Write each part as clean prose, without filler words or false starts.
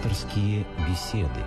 Пасторские беседы.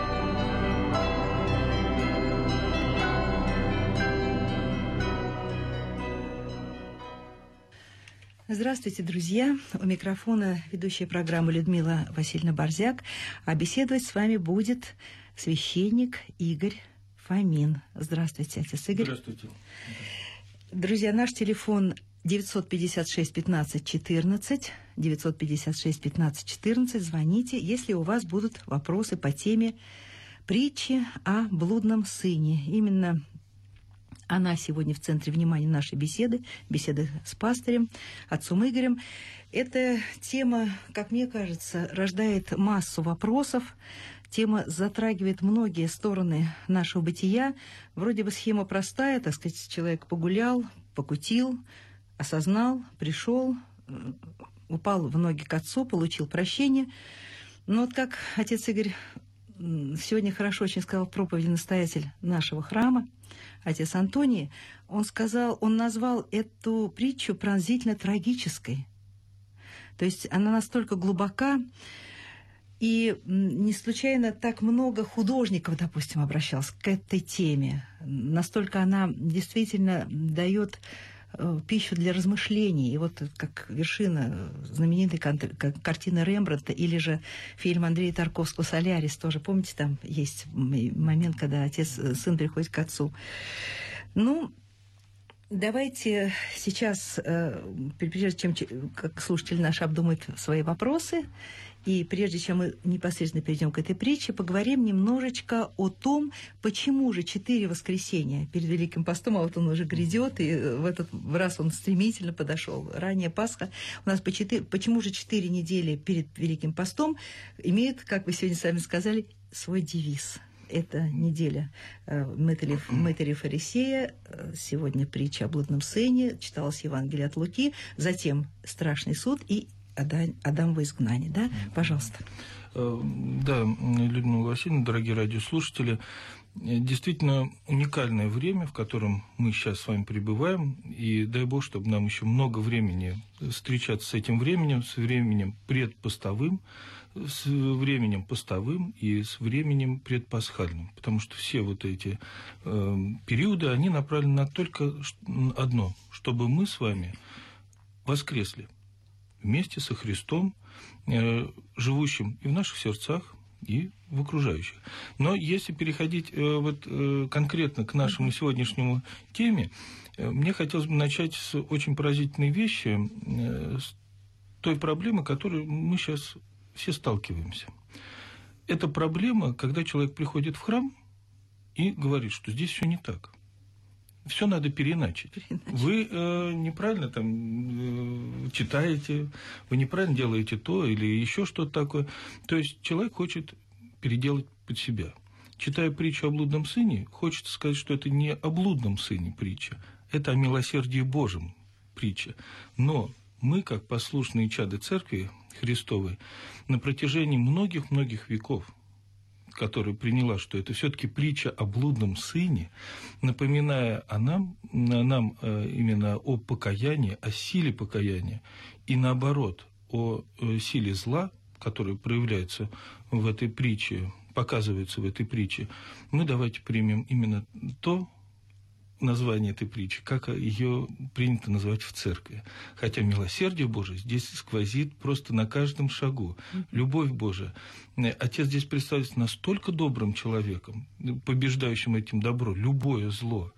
Здравствуйте, друзья! У микрофона ведущая программы Людмила Васильевна Борзяк. А беседовать с вами будет священник Игорь Фомин. Здравствуйте, отец Игорь. Здравствуйте. Друзья, наш телефон 956 15 14, 956 15 14. Звоните, если у вас будут вопросы по теме притчи о блудном сыне. Именно она сегодня в центре внимания нашей беседы с пастырем, отцом Игорем. Эта тема, как мне кажется, рождает массу вопросов. Тема затрагивает многие стороны нашего бытия. Вроде бы схема простая, так сказать, человек погулял, покутил, осознал, пришел, упал в ноги к отцу, получил прощение. Но вот как отец Игорь сегодня хорошо очень сказал в проповеди настоятель нашего храма, отец Антоний, он назвал эту притчу пронзительно трагической. То есть она настолько глубока, и не случайно так много художников, допустим, обращалось к этой теме. Настолько она действительно дает пищу для размышлений. И вот как вершина знаменитой картины Рембрандта или же фильм Андрея Тарковского «Солярис» тоже. Помните, там есть момент, когда сын приходит к отцу. Ну, давайте сейчас, прежде чем как слушатель наш обдумает свои вопросы, и прежде чем мы непосредственно перейдем к этой притче, поговорим немножечко о том, почему же 4 воскресенья перед Великим постом, а вот он уже грядет, и в этот раз он стремительно подошел. Ранее Пасха. У нас почему же 4 недели перед Великим постом имеют, как вы сегодня сами сказали, свой девиз. Это неделя мытаря фарисея, сегодня притча о блудном сыне, читалось Евангелие от Луки, затем страшный суд и Адамово изгнание. Да? Пожалуйста. Да, Людмила Васильевна, дорогие радиослушатели, действительно уникальное время, в котором мы сейчас с вами пребываем, и дай Бог, чтобы нам еще много времени встречаться с этим временем, с временем предпостовым, с временем постовым и с временем предпасхальным, потому что все вот эти периоды, они направлены на только одно, чтобы мы с вами воскресли вместе со Христом, живущим и в наших сердцах, и в окружающих. Но если переходить конкретно к нашему сегодняшнему теме, мне хотелось бы начать с очень поразительной вещи, с той проблемы, которой мы сейчас все сталкиваемся. Это проблема, когда человек приходит в храм и говорит, что здесь все не так. Все надо переначить. Вы неправильно там читаете, вы неправильно делаете то или еще что-то такое. То есть человек хочет переделать под себя. Читая притчу о блудном сыне, хочется сказать, что это не о блудном сыне притча, это о милосердии Божьем притча. Но мы, как послушные чады Церкви Христовой, на протяжении многих-многих веков, которая приняла, что это все-таки притча о блудном сыне, напоминая нам именно о покаянии, о силе покаяния, и наоборот, о силе зла, которая проявляется в этой притче, показывается в этой притче, мы давайте примем именно то название этой притчи, как ее принято называть в церкви. Хотя милосердие Божие здесь сквозит просто на каждом шагу. Любовь Божия. Отец здесь представляется настолько добрым человеком, побеждающим этим добро, любое зло,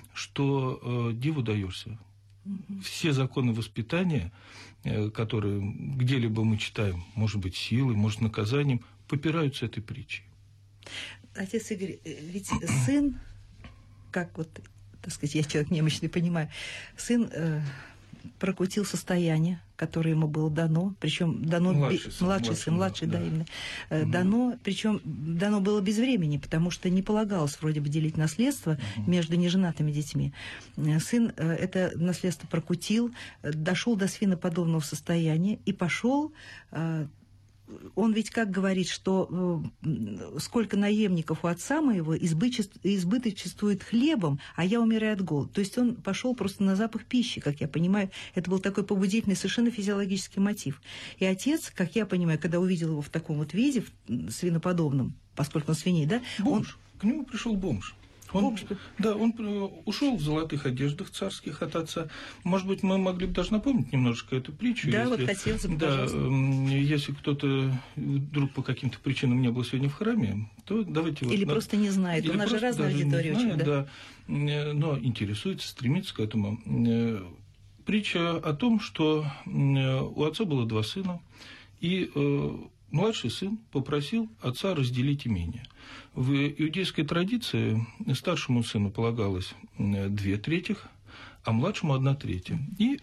что диву даешься. Все законы воспитания, которые где-либо мы читаем, может быть, силой, может, наказанием, попираются этой притчей. Отец Игорь, ведь сын, как вот, так сказать, я человек немощный, понимаю, сын прокутил состояние, которое ему было дано, причем дано младший, да, именно, дано, причем дано было без времени, потому что не полагалось вроде бы делить наследство между неженатыми детьми. Сын это наследство прокутил, дошел до свиноподобного состояния и пошел он ведь как говорит, что сколько наемников у отца моего избыточествует хлебом, а я умираю от голода. То есть он пошел просто на запах пищи, как я понимаю. Это был такой побудительный, совершенно физиологический мотив. И отец, как я понимаю, когда увидел его в таком вот виде, свиноподобном, поскольку он свиней, да? Бомж. К нему пришел бомж. Он ушел в золотых одеждах царских от отца. Может быть, мы могли бы даже напомнить немножечко эту притчу. Да, вот хотелось бы, пожалуйста. Если кто-то вдруг по каким-то причинам не был сегодня в храме, то давайте... Или просто не знает. У нас же разная аудитория очень, да? Но интересуется, стремится к этому. Притча о том, что у отца было 2 сына, и младший сын попросил отца разделить имение. В иудейской традиции старшему сыну полагалось 2/3, а младшему 1/3. И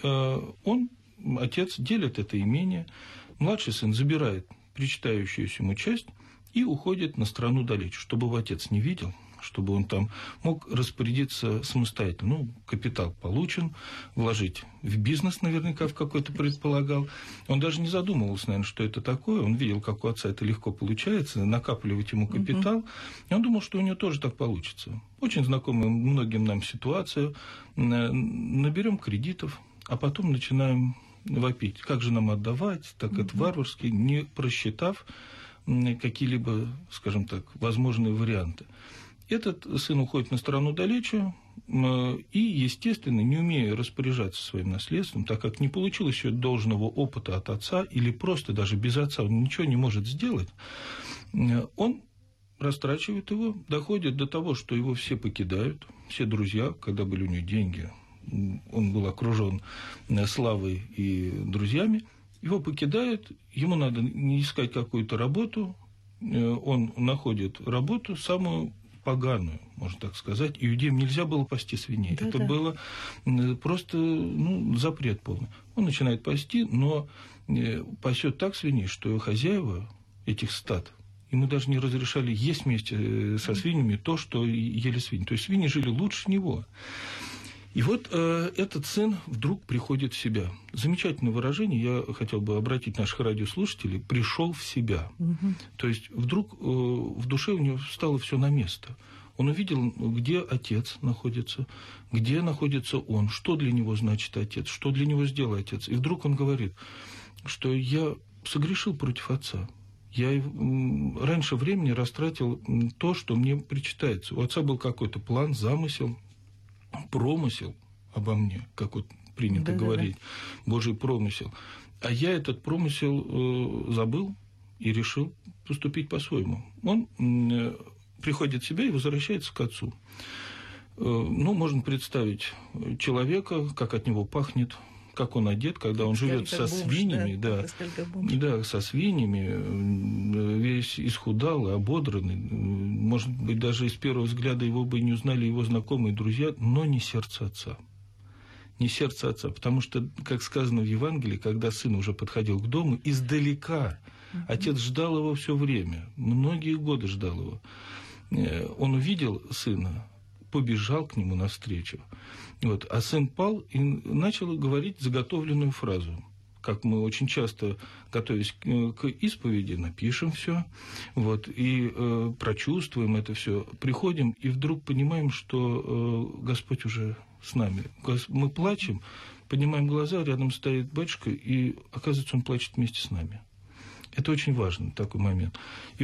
отец, делит это имение, младший сын забирает причитающуюся ему часть и уходит на страну далече, чтобы его отец не видел, чтобы он там мог распорядиться самостоятельно. Ну, капитал получен, вложить в бизнес наверняка в какой-то предполагал. Он даже не задумывался, наверное, что это такое. Он видел, как у отца это легко получается, накапливать ему капитал. И он думал, что у него тоже так получится. Очень знакомая многим нам ситуация. Наберем кредитов, а потом начинаем вопить. Как же нам отдавать? Так это варварски, не просчитав какие-либо, скажем так, возможные варианты. Этот сын уходит на сторону далече и, естественно, не умея распоряжаться своим наследством, так как не получил еще должного опыта от отца, или просто даже без отца он ничего не может сделать, он растрачивает его, доходит до того, что его все покидают, все друзья, когда были у него деньги, он был окружен славой и друзьями, его покидают, ему надо искать какую-то работу, он находит работу самую поганую, можно так сказать. Иудеям нельзя было пасти свиней. Это было просто запрет полный. Он начинает пасти, но пасет так свиней, что хозяева этих стад, ему даже не разрешали есть вместе со свиньями то, что ели свиньи. То есть свиньи жили лучше него. И вот этот сын вдруг приходит в себя. Замечательное выражение, я хотел бы обратить наших радиослушателей, пришел в себя. То есть вдруг в душе у него стало все на место. Он увидел, где отец находится, где находится он, что для него значит отец, что для него сделал отец. И вдруг он говорит, что я согрешил против отца. Я раньше времени растратил то, что мне причитается. У отца был какой-то план, замысел, промысел обо мне, как вот принято говорить, Божий промысел. А я этот промысел забыл и решил поступить по-своему. Он приходит в себя и возвращается к отцу. Можно представить человека, как от него пахнет, как он одет, когда он живет со свиньями, со свиньями, весь исхудалый, ободранный. Может быть, даже с первого взгляда его бы не узнали его знакомые, друзья, но не сердце отца. Не сердце отца, потому что, как сказано в Евангелии, когда сын уже подходил к дому, издалека отец ждал его все время, многие годы ждал его. Он увидел сына, побежал к нему навстречу. А сын пал и начал говорить заготовленную фразу. Как мы очень часто, готовясь к исповеди, напишем все, и прочувствуем это все, приходим и вдруг понимаем, что Господь уже с нами. Мы плачем, поднимаем глаза, рядом стоит батюшка, и оказывается, он плачет вместе с нами. Это очень важный такой момент. И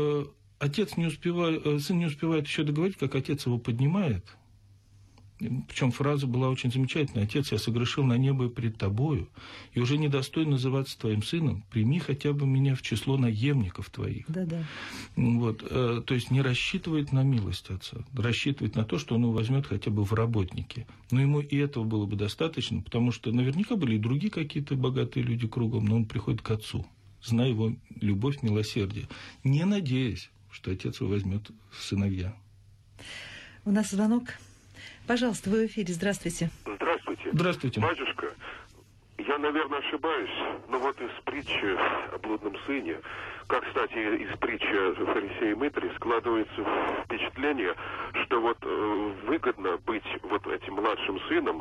сын не успевает еще договорить, как отец его поднимает. Причем фраза была очень замечательная. «Отец, я согрешил на небо и пред тобою, и уже недостоин называться твоим сыном. Прими хотя бы меня в число наемников твоих». То есть не рассчитывает на милость отца, рассчитывает на то, что он его возьмет хотя бы в работники. Но ему и этого было бы достаточно, потому что наверняка были и другие какие-то богатые люди кругом, но он приходит к отцу, зная его любовь, милосердие, не надеясь, что отец его возьмет в сыновья. У нас звонок. Пожалуйста, вы в эфире. Здравствуйте. Здравствуйте. Здравствуйте. Батюшка, я, наверное, ошибаюсь, но из притчи о блудном сыне, как, кстати, из притчи фарисея и мытаря, складывается впечатление, что выгодно быть этим младшим сыном,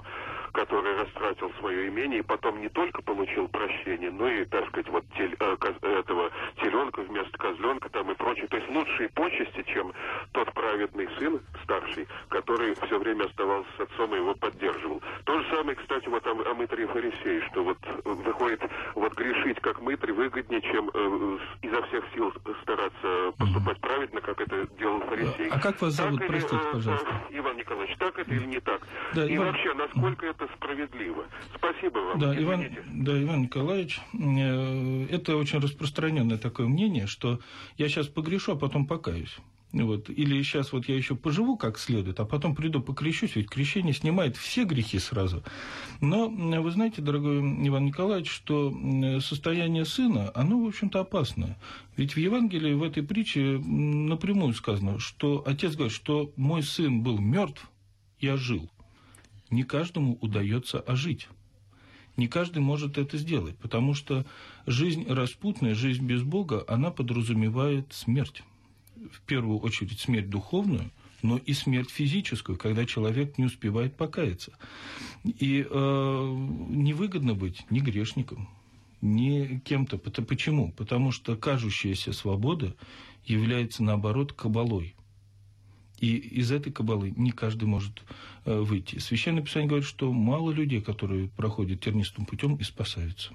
который растратил свое имение и потом не только получил прощение, но и, так сказать, вот этого теленка вместо козленка там и прочее. То есть лучшие почести, чем тот праведный сын, старший, который все время оставался с отцом и его поддерживал. То же самое, кстати, вот о мытаре и фарисее, что вот выходит, вот грешить как мытарь выгоднее, чем изо всех сил стараться поступать праведно, как это делал фарисей. А как вас зовут, простите, пожалуйста? Иван Николаевич, так это или не так? Да, и Иван... вообще, насколько это справедливо? Спасибо вам. Да, Иван Николаевич, это очень распространенное такое мнение, что я сейчас погрешу, а потом покаюсь. Вот. Или сейчас вот я еще поживу как следует, а потом приду покрещусь, ведь крещение снимает все грехи сразу. Но вы знаете, дорогой Иван Николаевич, что состояние сына, оно, в общем-то, опасное. Ведь в Евангелии, в этой притче напрямую сказано, что отец говорит, что мой сын был мертв, я жил. Не каждому удается ожить. Не каждый может это сделать, потому что жизнь распутная, жизнь без Бога, она подразумевает смерть. В первую очередь смерть духовную, но и смерть физическую, когда человек не успевает покаяться. И невыгодно быть ни грешником, ни кем-то. Почему? Потому что кажущаяся свобода является, наоборот, кабалой. И из этой кабалы не каждый может выйти. Священное Писание говорит, что мало людей, которые проходят тернистым путем, и спасаются.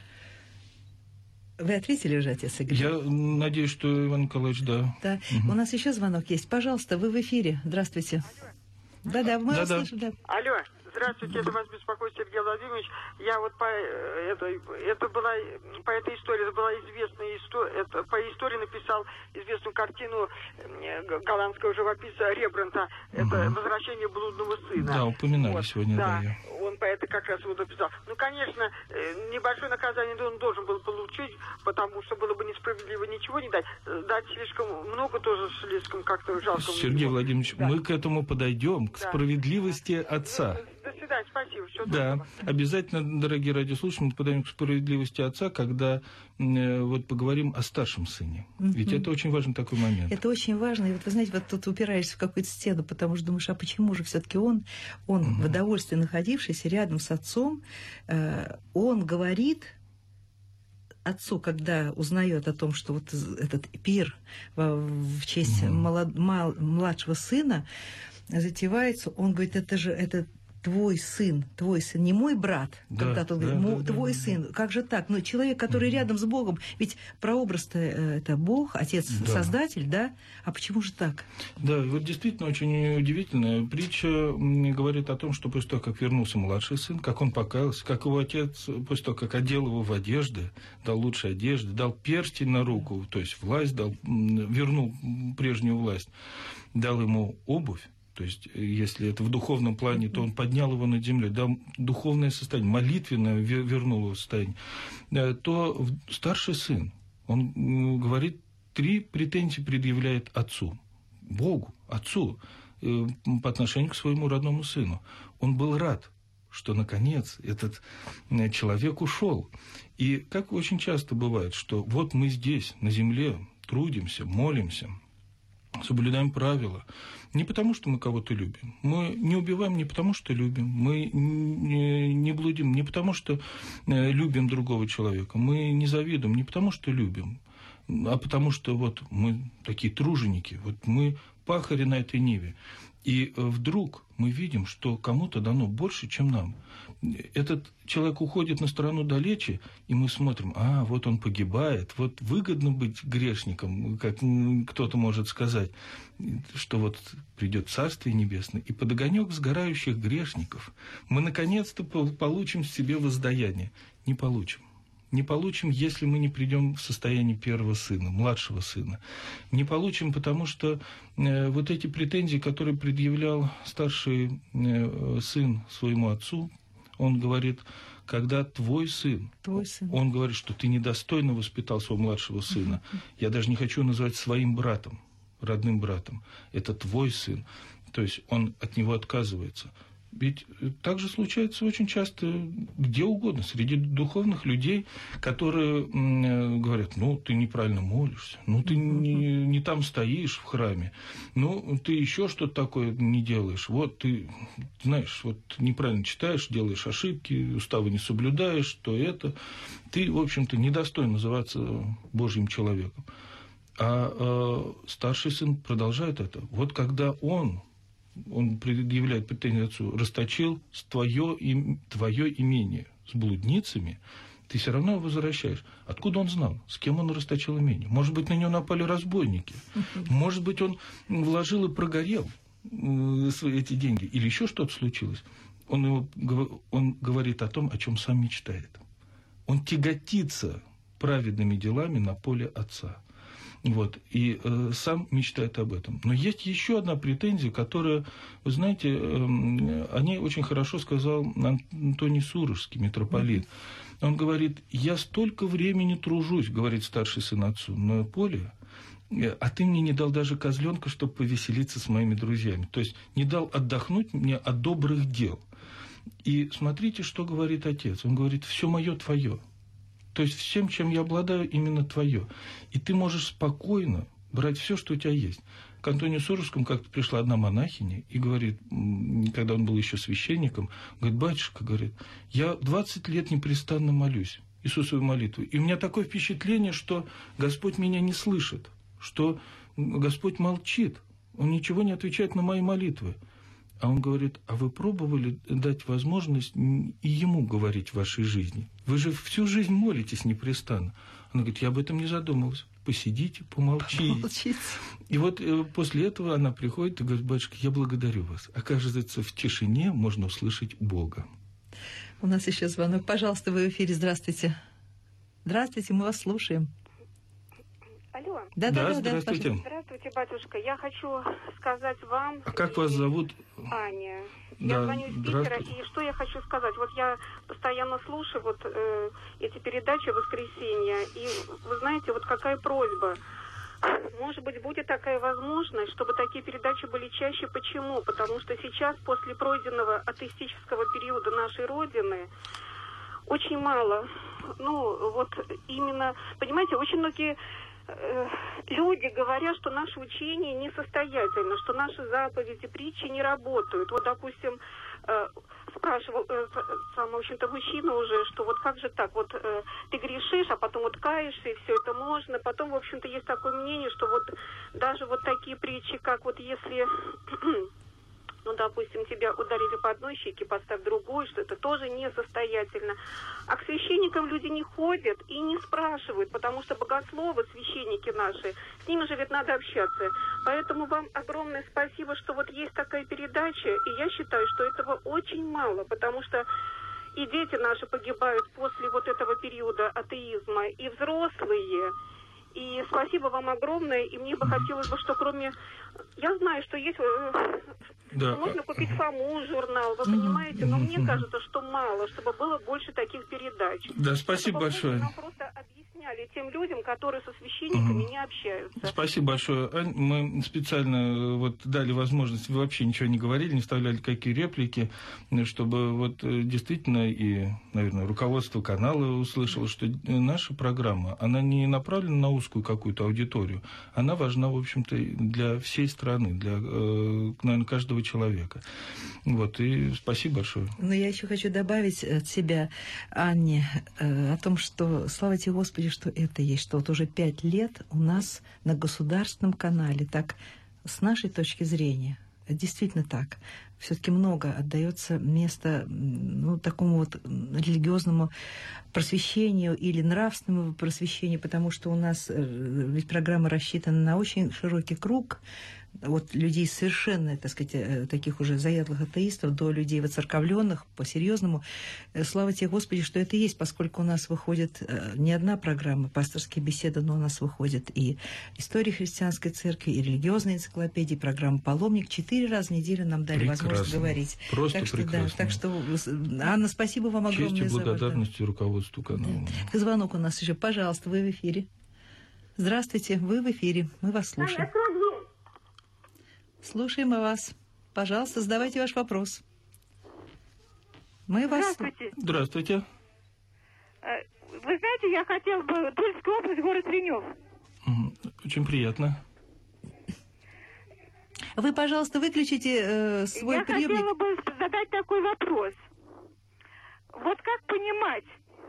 Вы ответили уже, отец Игорь? Я надеюсь, что Иван Николаевич, да. Да. У нас еще звонок есть. Пожалуйста, вы в эфире. Здравствуйте. Да-да, мы вас слышим, да. Алло. Здравствуйте, это вас беспокоит Сергей Владимирович. Я вот по этой истории, это была известная история, по истории написал известную картину голландского живописца Рембрандта, это «Возвращение блудного сына». Да, упоминали вот, сегодня, да. Он по это как раз вот написал. Ну, конечно, небольшое наказание он должен был получить, потому что было бы несправедливо ничего не дать. Дать слишком много тоже слишком как-то жалко. Сергей Владимирович, да. Мы к этому подойдем, к справедливости отца. До свидания, спасибо. Всего доброго. Обязательно, дорогие радиослушатели, мы подаем к справедливости отца, когда вот поговорим о старшем сыне. Ведь это очень важный такой момент. Это очень важно. И вот вы знаете, вот тут упираешься в какую-то стену, потому что думаешь, а почему же все-таки он в удовольствии находившийся рядом с отцом, он говорит отцу, когда узнает о том, что вот этот пир в честь младшего сына затевается, он говорит, это твой сын, не мой брат, когда-то он говорит, твой сын, как же так? Ну, человек, который рядом с Богом, ведь прообраз-то это Бог, Отец, Создатель, да? А почему же так? Да, вот действительно очень удивительная притча говорит о том, что после того, как вернулся младший сын, как он покаялся, как его отец, после того, как одел его в одежды, дал лучшие одежды, дал перстень на руку, то есть власть дал, вернул прежнюю власть, дал ему обувь. То есть, если это в духовном плане, то он поднял его над землей, дал духовное состояние, молитвенное вернул его состояние. То старший сын, он говорит, 3 претензии предъявляет отцу, Богу, отцу, по отношению к своему родному сыну. Он был рад, что, наконец, этот человек ушел. И как очень часто бывает, что вот мы здесь, на земле, трудимся, молимся, соблюдаем правила. Не потому, что мы кого-то любим. Мы не убиваем не потому, что любим. Мы не блудим не потому, что любим другого человека. Мы не завидуем не потому, что любим, а потому что вот мы такие труженики, вот мы пахари на этой ниве. И вдруг мы видим, что кому-то дано больше, чем нам. Этот человек уходит на сторону далече, и мы смотрим, вот он погибает, вот выгодно быть грешником, как кто-то может сказать, что вот придет Царствие Небесное, и под огонек сгорающих грешников мы наконец-то получим себе воздаяние. Не получим. Не получим, если мы не придем в состояние первого сына, младшего сына. Не получим, потому что вот эти претензии, которые предъявлял старший сын своему отцу, он говорит, когда твой сын, он говорит, что ты недостойно воспитал своего младшего сына. Я даже не хочу называть своим братом, родным братом. Это твой сын. То есть он от него отказывается. Ведь так же случается очень часто где угодно, среди духовных людей, которые говорят, ну, ты неправильно молишься, ну, ты не там стоишь в храме, ну, ты еще что-то такое не делаешь, вот ты, знаешь, вот неправильно читаешь, делаешь ошибки, уставы не соблюдаешь, то это, ты, в общем-то, недостоин называться Божьим человеком. А старший сын продолжает это. Вот когда он предъявляет претензию отцу, расточил твое имение с блудницами, ты все равно его возвращаешь. Откуда он знал? С кем он расточил имение? Может быть, на него напали разбойники? Может быть, он вложил и прогорел эти деньги? Или еще что-то случилось? Он говорит о том, о чем сам мечтает. Он тяготится праведными делами на поле отца. Вот, и сам мечтает об этом. Но есть еще одна претензия, которая, вы знаете, о ней очень хорошо сказал Антоний Сурожский, митрополит. Он говорит, я столько времени тружусь, говорит старший сын отцу, на поле, а ты мне не дал даже козленка, чтобы повеселиться с моими друзьями. То есть не дал отдохнуть мне от добрых дел. И смотрите, что говорит отец. Он говорит, все мое твое. То есть всем, чем я обладаю, именно твое. И ты можешь спокойно брать все, что у тебя есть. К Антонию Сурожскому как-то пришла одна монахиня и говорит, когда он был еще священником, говорит, батюшка, говорит, я 20 лет непрестанно молюсь Иисусовой молитвой. И у меня такое впечатление, что Господь меня не слышит, что Господь молчит, Он ничего не отвечает на мои молитвы. А он говорит, а вы пробовали дать возможность и ему говорить в вашей жизни? Вы же всю жизнь молитесь непрестанно. Она говорит, я об этом не задумывалась. Посидите, помолчите. И вот после этого она приходит и говорит, батюшка, я благодарю вас. Оказывается, в тишине можно услышать Бога. У нас еще звонок. Пожалуйста, вы в эфире. Здравствуйте. Здравствуйте, мы вас слушаем. Алло. Да, здравствуйте. Здравствуйте, батюшка. Я хочу сказать вам... А как вас зовут? Аня. Да, я звоню из Питера, и что я хочу сказать? Вот я постоянно слушаю вот эти передачи «Воскресенье», и вы знаете, вот какая просьба. Может быть, будет такая возможность, чтобы такие передачи были чаще. Почему? Потому что сейчас, после пройденного атеистического периода нашей Родины, очень мало, ну, вот именно, понимаете, очень многие... люди говорят, что наше учение несостоятельно, что наши заповеди, притчи не работают. Вот, допустим, спрашивал сам, в общем-то, мужчина уже, что вот как же так, вот ты грешишь, а потом вот каешься, и все это можно. Потом, в общем-то, есть такое мнение, что вот даже вот такие притчи, как вот если... ну, допустим, тебя ударили по одной щеке, поставь другую, что это тоже несостоятельно. А к священникам люди не ходят и не спрашивают, потому что богословы, священники наши, с ними же ведь надо общаться. Поэтому вам огромное спасибо, что вот есть такая передача, и я считаю, что этого очень мало, потому что и дети наши погибают после вот этого периода атеизма, и взрослые. И спасибо вам огромное, и мне бы хотелось бы, что кроме... Я знаю, что есть... Да. Можно купить Фому журнал, вы понимаете, но мне кажется, что мало, чтобы было больше таких передач. Да, спасибо большое. Нам просто объясняли тем людям, которые со священниками не общаются. Спасибо большое, Ань. Мы специально вот дали возможность, вы вообще ничего не говорили, не вставляли какие реплики, чтобы вот действительно и, наверное, руководство канала услышало, что наша программа, она не направлена на узкую какую-то аудиторию, она важна, в общем-то, для всей страны, для, наверное, каждого человека. Вот, и спасибо большое. Но я еще хочу добавить от себя, Анне, о том, что, слава тебе, Господи, что это есть, что вот уже 5 лет у нас на государственном канале, так, с нашей точки зрения, действительно так, все-таки много отдается места, ну, такому вот религиозному просвещению или нравственному просвещению, потому что у нас ведь программа рассчитана на очень широкий круг, от людей совершенно, так сказать, таких уже заядлых атеистов до людей воцерковленных, по-серьезному. Слава тебе, Господи, что это есть, поскольку у нас выходит не одна программа «Пасторские беседы», но у нас выходит и «История христианской церкви», и «Религиозная энциклопедия», и программа «Паломник». 4 раза в неделю нам дали возможность говорить. Просто так что, прекрасно. Да, так что, Анна, спасибо вам огромное. Честь и благодарность руководству канала. Да. Звонок у нас еще. Пожалуйста, вы в эфире. Здравствуйте, вы в эфире. Мы вас слушаем. Слушаем мы вас. Пожалуйста, задавайте ваш вопрос. Мы вас... Здравствуйте. Здравствуйте. Вы знаете, я хотела бы... Тульская область, город Ренев. Очень приятно. Вы, пожалуйста, выключите свой приемник. Я хотела бы задать такой вопрос. Вот как понимать?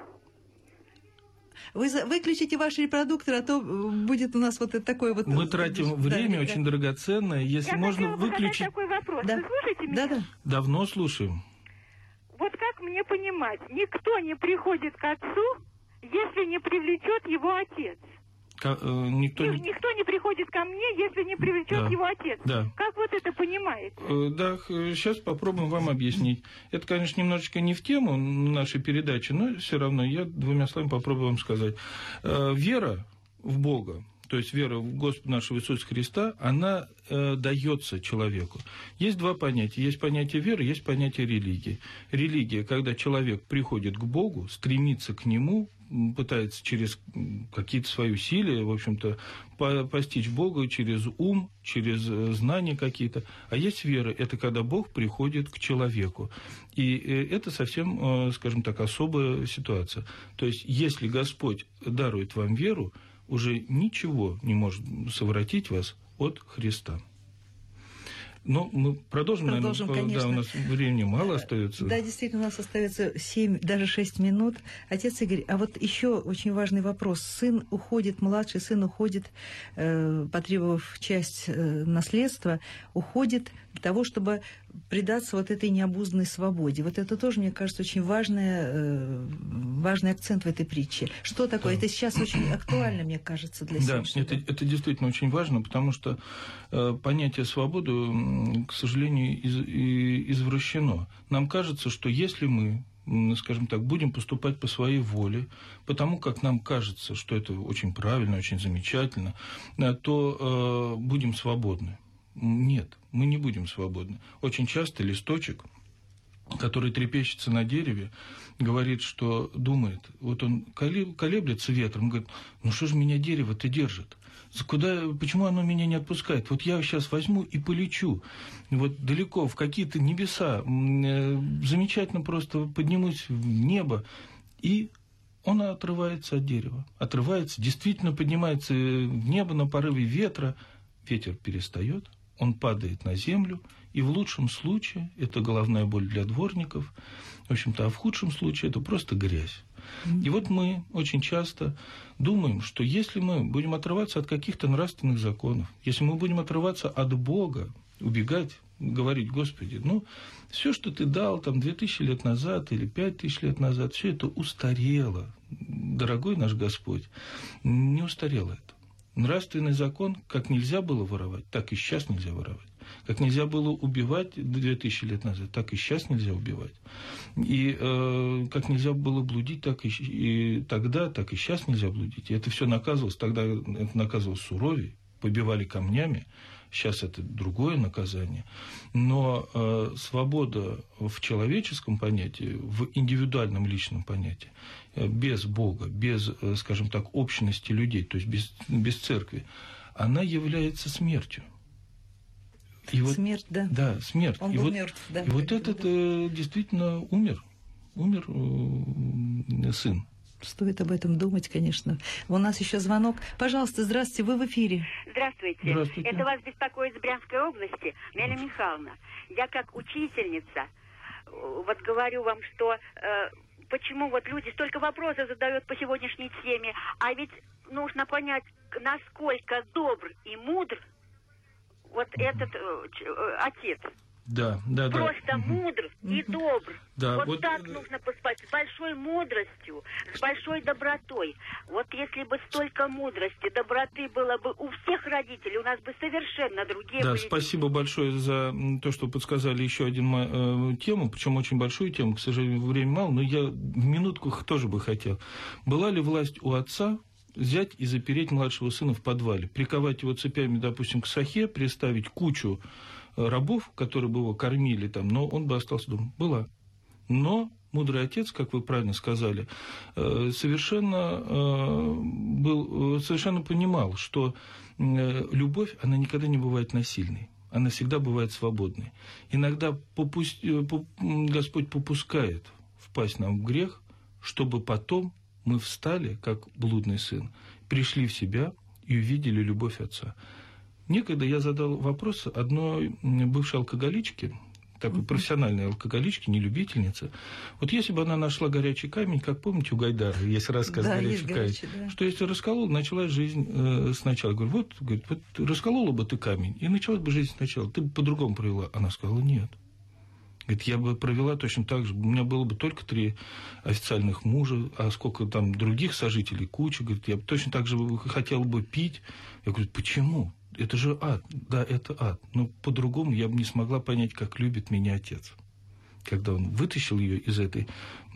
Вы выключите ваш репродуктор, а то будет у нас вот такой вот... Мы тратим время очень драгоценное. Если можно выключить... Я хотела бы задать такой вопрос. Да. Вы слушаете меня? Да. Давно слушаем. Вот как мне понимать? Никто не приходит к отцу, если не привлечет его отец. Никто не приходит ко мне, если не привлечет его отец. Да. Как вот это понимаете? Да, сейчас попробуем вам объяснить. Это, конечно, немножечко не в тему нашей передачи, но все равно я двумя словами попробую вам сказать. Вера в Бога, то есть вера в Господа нашего Иисуса Христа, она дается человеку. Есть два понятия. Есть понятие веры, есть понятие религии. Религия, когда человек приходит к Богу, стремится к Нему, пытается через какие-то свои усилия, в общем-то, постичь Бога через ум, через знания какие-то. А есть вера, это когда Бог приходит к человеку. И это совсем, скажем так, особая ситуация. То есть, если Господь дарует вам веру, уже ничего не может совратить вас от Христа. Но мы продолжим, конечно. Да, у нас времени мало остается. Да, действительно, у нас остается 7, даже 6 минут. Отец Игорь, а вот еще очень важный вопрос. Сын уходит, младший сын уходит, потребовав часть наследства, уходит для того, чтобы предаться вот этой необузданной свободе. Вот это тоже, мне кажется, очень важный акцент в этой притче. Что такое? Да. Это сейчас очень актуально, мне кажется, для сегодняшнего. Да, это действительно очень важно, потому что понятие свободы, к сожалению, извращено. Нам кажется, что если мы, скажем так, будем поступать по своей воле, потому как нам кажется, что это очень правильно, очень замечательно, то будем свободны. Нет, мы не будем свободны. Очень часто листочек, который трепещется на дереве, говорит, что думает, вот он колеблется ветром, говорит, ну что же меня дерево-то держит? Почему оно меня не отпускает? Вот я сейчас возьму и полечу вот далеко, в какие-то небеса, замечательно просто поднимусь в небо, и он отрывается от дерева. Отрывается, действительно поднимается в небо на порыве ветра, ветер перестает, он падает на землю, и в лучшем случае это головная боль для дворников, в общем-то, а в худшем случае это просто грязь. И вот мы очень часто думаем, что если мы будем отрываться от каких-то нравственных законов, если мы будем отрываться от Бога, убегать, говорить, Господи, все, что ты дал там 2000 лет назад или 5000 лет назад, все это устарело. Дорогой наш Господь, не устарело это. Нравственный закон, как нельзя было воровать, так и сейчас нельзя воровать. Как нельзя было убивать 2000 лет назад, так и сейчас нельзя убивать. И как нельзя было блудить, так и тогда, так и сейчас нельзя блудить. И это все наказывалось, тогда это наказывалось суровее, побивали камнями. Сейчас это другое наказание. Но свобода в человеческом понятии, в индивидуальном личном понятии, без Бога, без, скажем так, общности людей, то есть без церкви, она является смертью. И смерть, да. Да, смерть. Он был мертв, да. И вот этот действительно умер сын. Стоит об этом думать, конечно. У нас еще звонок. Пожалуйста, здравствуйте, вы в эфире. Здравствуйте. Здравствуйте. Это вас беспокоит из Брянской области, Неля Михайловна. Я как учительница вот говорю вам, что почему вот люди столько вопросов задают по сегодняшней теме, а ведь нужно понять, насколько добр и мудр вот этот отец. Да. Просто мудр и добр. Да, вот так нужно поступать, с большой мудростью, с большой добротой. Вот если бы столько мудрости, доброты было бы у всех родителей, у нас бы совершенно другие Да, были... спасибо большое за то, что подсказали еще одну тему, причем очень большую тему, к сожалению, времени мало, но я в минутку тоже бы хотел. Была ли власть у отца взять и запереть младшего сына в подвале, приковать его цепями, допустим, к сахе, приставить кучу рабов, которые бы его кормили там, но он бы остался дома? Была. Но мудрый отец, как вы правильно сказали, совершенно понимал, что любовь, она никогда не бывает насильной. она всегда бывает свободной. Иногда Господь попускает впасть нам в грех, чтобы потом мы встали, как блудный сын, пришли в себя и увидели любовь Отца. Некогда я задал вопрос одной бывшей алкоголичке, такой профессиональной алкоголичке, не любительнице. Вот если бы она нашла горячий камень, как помните, у Гайдара есть рассказ «Горячий камень», да. Что если расколол, началась жизнь сначала. Говорю, вот расколола бы ты камень, и началась бы жизнь сначала. Ты бы по-другому провела. Она сказала, нет. Говорит, я бы провела точно так же. У меня было бы только 3 официальных мужа, а сколько там других сожителей, куча. Говорит, я бы точно так же хотела бы пить. Я говорю, почему? Это же ад. Да, это ад. Но по-другому я бы не смогла понять, как любит меня Отец. Когда он вытащил ее из этой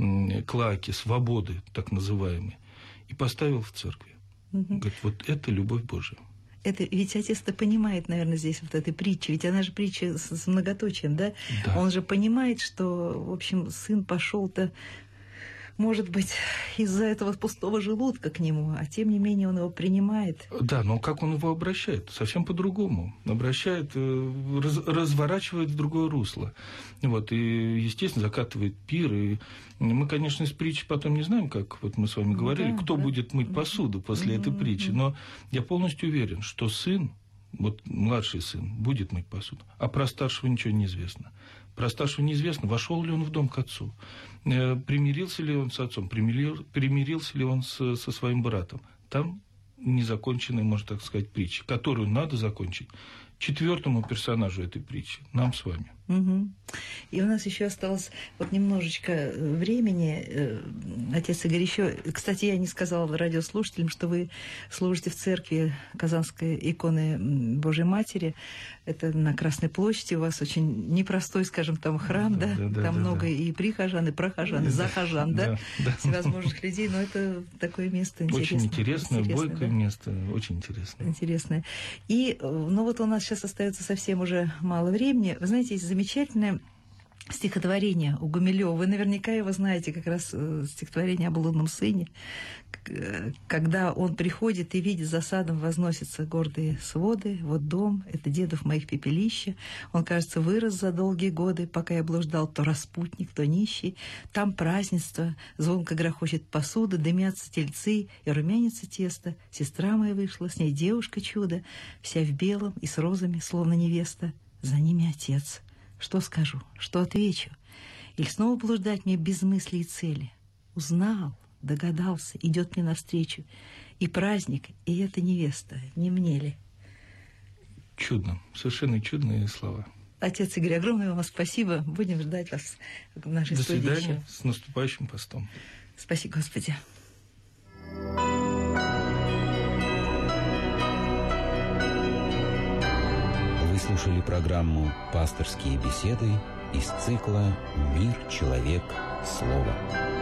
клоаки свободы, так называемой, и поставил в церкви. Говорит, вот это любовь Божия. Это, ведь Отец-то понимает, наверное, здесь вот этой притчи. Ведь она же притча с многоточием, да? Да. Он же понимает, что, в общем, сын пошел-то, может быть, из-за этого пустого желудка к нему, а тем не менее он его принимает. Да, но как он его обращает? Совсем по-другому. Обращает, разворачивает в другое русло. Вот, и, естественно, закатывает пир. И мы, конечно, из притчи потом не знаем, как вот мы с вами говорили, кто будет мыть посуду после этой притчи. Но я полностью уверен, что сын, вот младший сын, будет мыть посуду, а про старшего ничего не известно. Про старшего неизвестно, вошел ли он в дом к отцу, примирился ли он с отцом, примирился ли он со своим братом. Там незаконченная, можно так сказать, притча, которую надо закончить 4-му персонажу этой притчи, нам с вами. И у нас еще осталось вот немножечко времени. Отец Игорь, еще... Кстати, я не сказала радиослушателям, что вы служите в церкви Казанской иконы Божьей Матери. Это на Красной площади. У вас очень непростой, скажем, там храм, да? Там много и прихожан, и прохожан, и захожан, да? Всевозможных людей. Но это такое место интересное. Очень интересное, бойкое место. Очень интересное. Интересное. И, ну вот у нас сейчас остается совсем уже мало времени. Вы знаете, есть замечательное стихотворение у Гумилёва. Вы наверняка его знаете, как раз стихотворение о блудном сыне, когда он приходит и видит, за садом возносятся гордые своды. Вот дом, это дедов моих пепелище. Он, кажется, вырос за долгие годы, пока я блуждал, то распутник, то нищий. Там празднество, звонко грохочет посуда, дымятся тельцы и румянится тесто. Сестра моя вышла, с ней девушка чудо, вся в белом и с розами, словно невеста. За ними отец. Что скажу? Что отвечу? Или снова блуждать мне без мысли и цели? Узнал, догадался, идет мне навстречу. И праздник, и эта невеста, не мне ли? Чудно, совершенно чудные слова. Отец Игорь, огромное вам спасибо. Будем ждать вас в нашей студии. До свидания, с наступающим постом. Спаси Господи. Вы слушали программу «Пасторские беседы» из цикла «Мир, человек, слово».